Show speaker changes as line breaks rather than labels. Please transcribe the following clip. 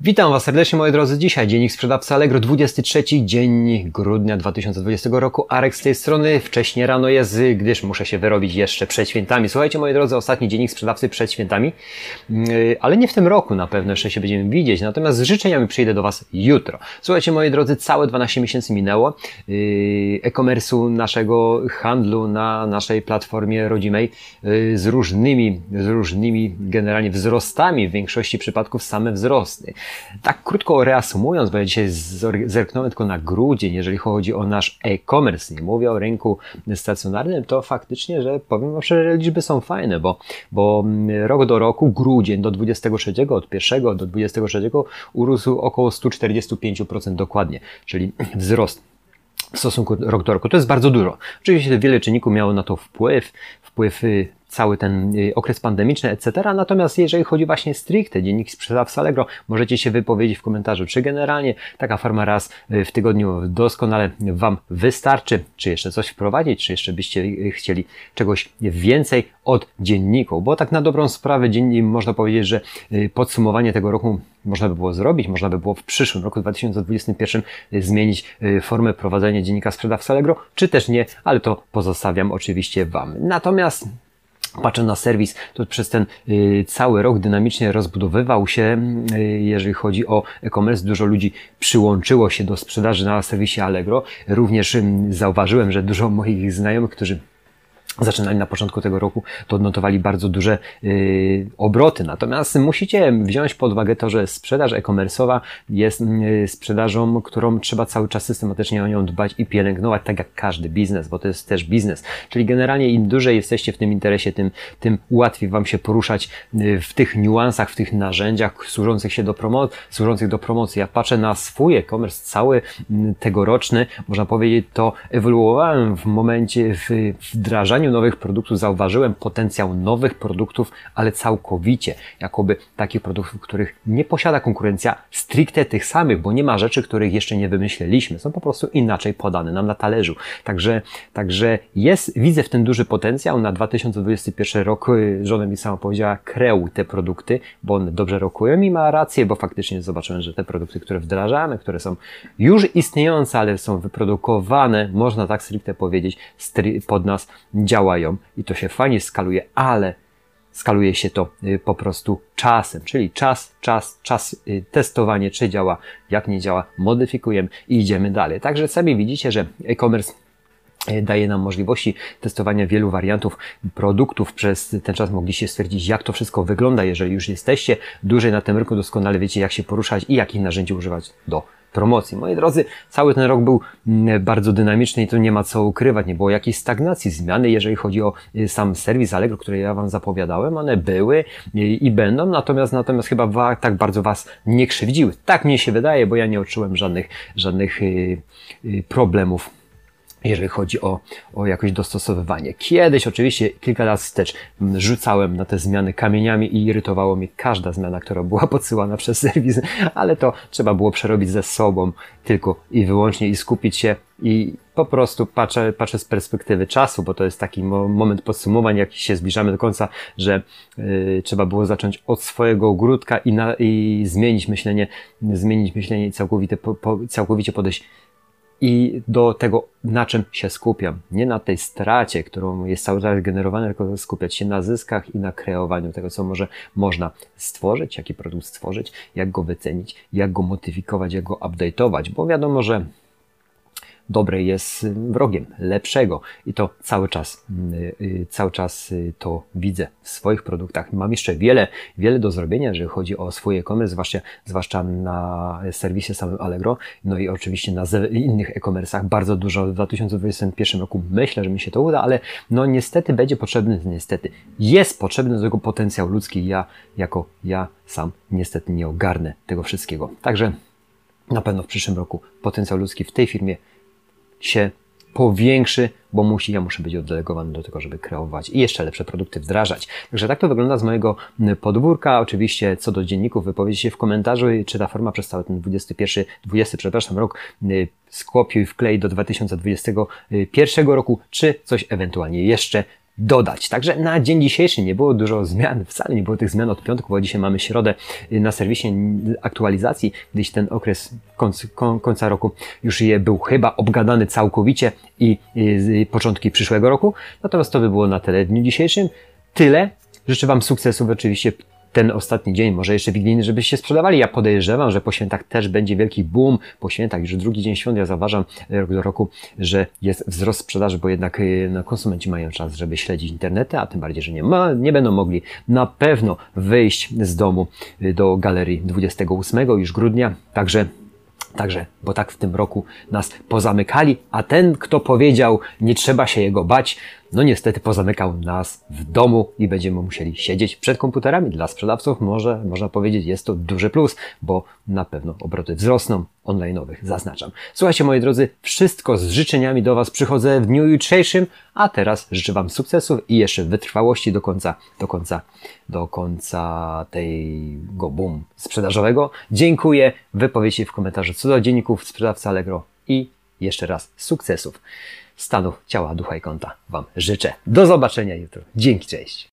Witam Was serdecznie, moi drodzy. Dzisiaj dziennik sprzedawcy Allegro, 23 dzień grudnia 2020 roku. Arek z tej strony. Wcześnie rano jest, gdyż muszę się wyrobić jeszcze przed świętami. Słuchajcie, moi drodzy, ostatni dziennik sprzedawcy przed świętami, ale nie w tym roku na pewno, jeszcze się będziemy widzieć. Natomiast z życzeniami przyjdę do Was jutro. Słuchajcie, moi drodzy, całe 12 miesięcy minęło e-commerce'u, naszego handlu na naszej platformie rodzimej z różnymi generalnie wzrostami, w większości przypadków same wzrosty. Tak krótko reasumując, bo ja dzisiaj zerknąłem tylko na grudzień, jeżeli chodzi o nasz e-commerce, nie mówię o rynku stacjonarnym, to faktycznie, że powiem Wam, że liczby są fajne, bo rok do roku, grudzień do 23, od 1 do 23 urósł około 145% dokładnie, czyli wzrost w stosunku rok do roku. To jest bardzo dużo. Oczywiście wiele czynników miało na to wpływ cały ten okres pandemiczny, etc. Natomiast jeżeli chodzi właśnie stricte dziennik sprzedawcy Allegro, możecie się wypowiedzieć w komentarzu, czy generalnie taka forma raz w tygodniu doskonale Wam wystarczy, czy jeszcze coś wprowadzić, czy jeszcze byście chcieli czegoś więcej od dzienników, bo tak na dobrą sprawę można powiedzieć, że podsumowanie tego roku można by było zrobić, można by było w przyszłym roku 2021 zmienić formę prowadzenia dziennika sprzedawcy Allegro, czy też nie, ale to pozostawiam oczywiście Wam. Natomiast patrzę na serwis, to przez ten cały rok dynamicznie rozbudowywał się, jeżeli chodzi o e-commerce. Dużo ludzi przyłączyło się do sprzedaży na serwisie Allegro. Również zauważyłem, że dużo moich znajomych, którzy zaczynali na początku tego roku, to odnotowali bardzo duże obroty. Natomiast musicie wziąć pod uwagę to, że sprzedaż e-commerce'owa jest sprzedażą, którą trzeba cały czas systematycznie o nią dbać i pielęgnować, tak jak każdy biznes, bo to jest też biznes. Czyli generalnie im dłużej jesteście w tym interesie, tym łatwiej Wam się poruszać w tych niuansach, w tych narzędziach służących do promocji. Ja patrzę na swój e-commerce cały tegoroczny, można powiedzieć, to ewoluowałem w momencie wdrażania nowych produktów, zauważyłem potencjał nowych produktów, ale całkowicie, jakoby takich produktów, których nie posiada konkurencja, stricte tych samych, bo nie ma rzeczy, których jeszcze nie wymyśleliśmy, są po prostu inaczej podane nam na talerzu. Także widzę w tym duży potencjał na 2021 rok. Żona mi sama powiedziała, kreuj te produkty, bo one dobrze rokują i ma rację, bo faktycznie zobaczyłem, że te produkty, które wdrażamy, które są już istniejące, ale są wyprodukowane, można tak stricte powiedzieć, pod nas działają i to się fajnie skaluje, ale skaluje się to po prostu czasem, czyli czas testowanie, czy działa, jak nie działa, modyfikujemy i idziemy dalej. Także sami widzicie, że e-commerce daje nam możliwości testowania wielu wariantów produktów. Przez ten czas mogliście stwierdzić, jak to wszystko wygląda. Jeżeli już jesteście dłużej na tym rynku, doskonale wiecie, jak się poruszać i jakich narzędzi używać do promocji. Moi drodzy, cały ten rok był bardzo dynamiczny i tu nie ma co ukrywać, nie było jakiejś stagnacji, zmiany, jeżeli chodzi o sam serwis Allegro, który ja Wam zapowiadałem, one były i będą, natomiast chyba tak bardzo Was nie krzywdziły. Tak mnie się wydaje, bo ja nie odczułem żadnych problemów, jeżeli chodzi o jakoś dostosowywanie. Kiedyś oczywiście kilka lat wstecz rzucałem na te zmiany kamieniami i irytowało mnie każda zmiana, która była podsyłana przez serwis, ale to trzeba było przerobić ze sobą tylko i wyłącznie i skupić się i po prostu patrzę z perspektywy czasu, bo to jest taki moment podsumowań, jak się zbliżamy do końca, że trzeba było zacząć od swojego ogródka i zmienić myślenie i całkowicie podejść i do tego, na czym się skupiam. Nie na tej stracie, którą jest cały czas generowana, tylko skupiać się na zyskach i na kreowaniu tego, co można stworzyć, jaki produkt stworzyć, jak go wycenić, jak go modyfikować, jak go update'ować, bo wiadomo, że dobre jest wrogiem lepszego i to cały czas to widzę w swoich produktach. Mam jeszcze wiele do zrobienia, jeżeli chodzi o swój e-commerce, zwłaszcza na serwisie samym Allegro, no i oczywiście na innych e-commerce'ach. Bardzo dużo w 2021 roku myślę, że mi się to uda, ale no niestety jest potrzebny do tego potencjał ludzki. Ja sam niestety nie ogarnę tego wszystkiego. Także na pewno w przyszłym roku potencjał ludzki w tej firmie się powiększy, bo ja muszę być oddelegowany do tego, żeby kreować i jeszcze lepsze produkty wdrażać. Także tak to wygląda z mojego podwórka. Oczywiście co do dzienników, wypowiedzieć się w komentarzu, czy ta forma przez cały ten 20 rok skopiuj wklej do 2021 roku, czy coś ewentualnie jeszcze dodać. Także na dzień dzisiejszy nie było dużo zmian, wcale nie było tych zmian od piątku, bo dzisiaj mamy środę na serwisie aktualizacji, gdyś ten okres końca roku już był chyba obgadany całkowicie i początki przyszłego roku. Natomiast to by było na tyle w dniu dzisiejszym. Tyle. Życzę Wam sukcesów oczywiście ten ostatni dzień, może jeszcze wigilijny, żebyście sprzedawali. Ja podejrzewam, że po świętach też będzie wielki boom. Po świętach, już drugi dzień świąt, ja zauważam rok do roku, że jest wzrost sprzedaży, bo jednak konsumenci mają czas, żeby śledzić internety, a tym bardziej, że nie będą mogli na pewno wyjść z domu do galerii 28 już grudnia. Także, bo tak w tym roku nas pozamykali, a ten, kto powiedział, nie trzeba się jego bać, no niestety pozamykał nas w domu i będziemy musieli siedzieć przed komputerami. Dla sprzedawców można powiedzieć, jest to duży plus, bo na pewno obroty wzrosną, online'owych zaznaczam. Słuchajcie, moi drodzy, wszystko z życzeniami do Was przychodzę w dniu jutrzejszym, a teraz życzę Wam sukcesów i jeszcze wytrwałości do końca tego boom sprzedażowego. Dziękuję, wypowiedzcie w komentarzu co do dzienników sprzedawcy Allegro i jeszcze raz sukcesów. Stanu ciała, ducha i konta Wam życzę. Do zobaczenia jutro. Dzięki, cześć.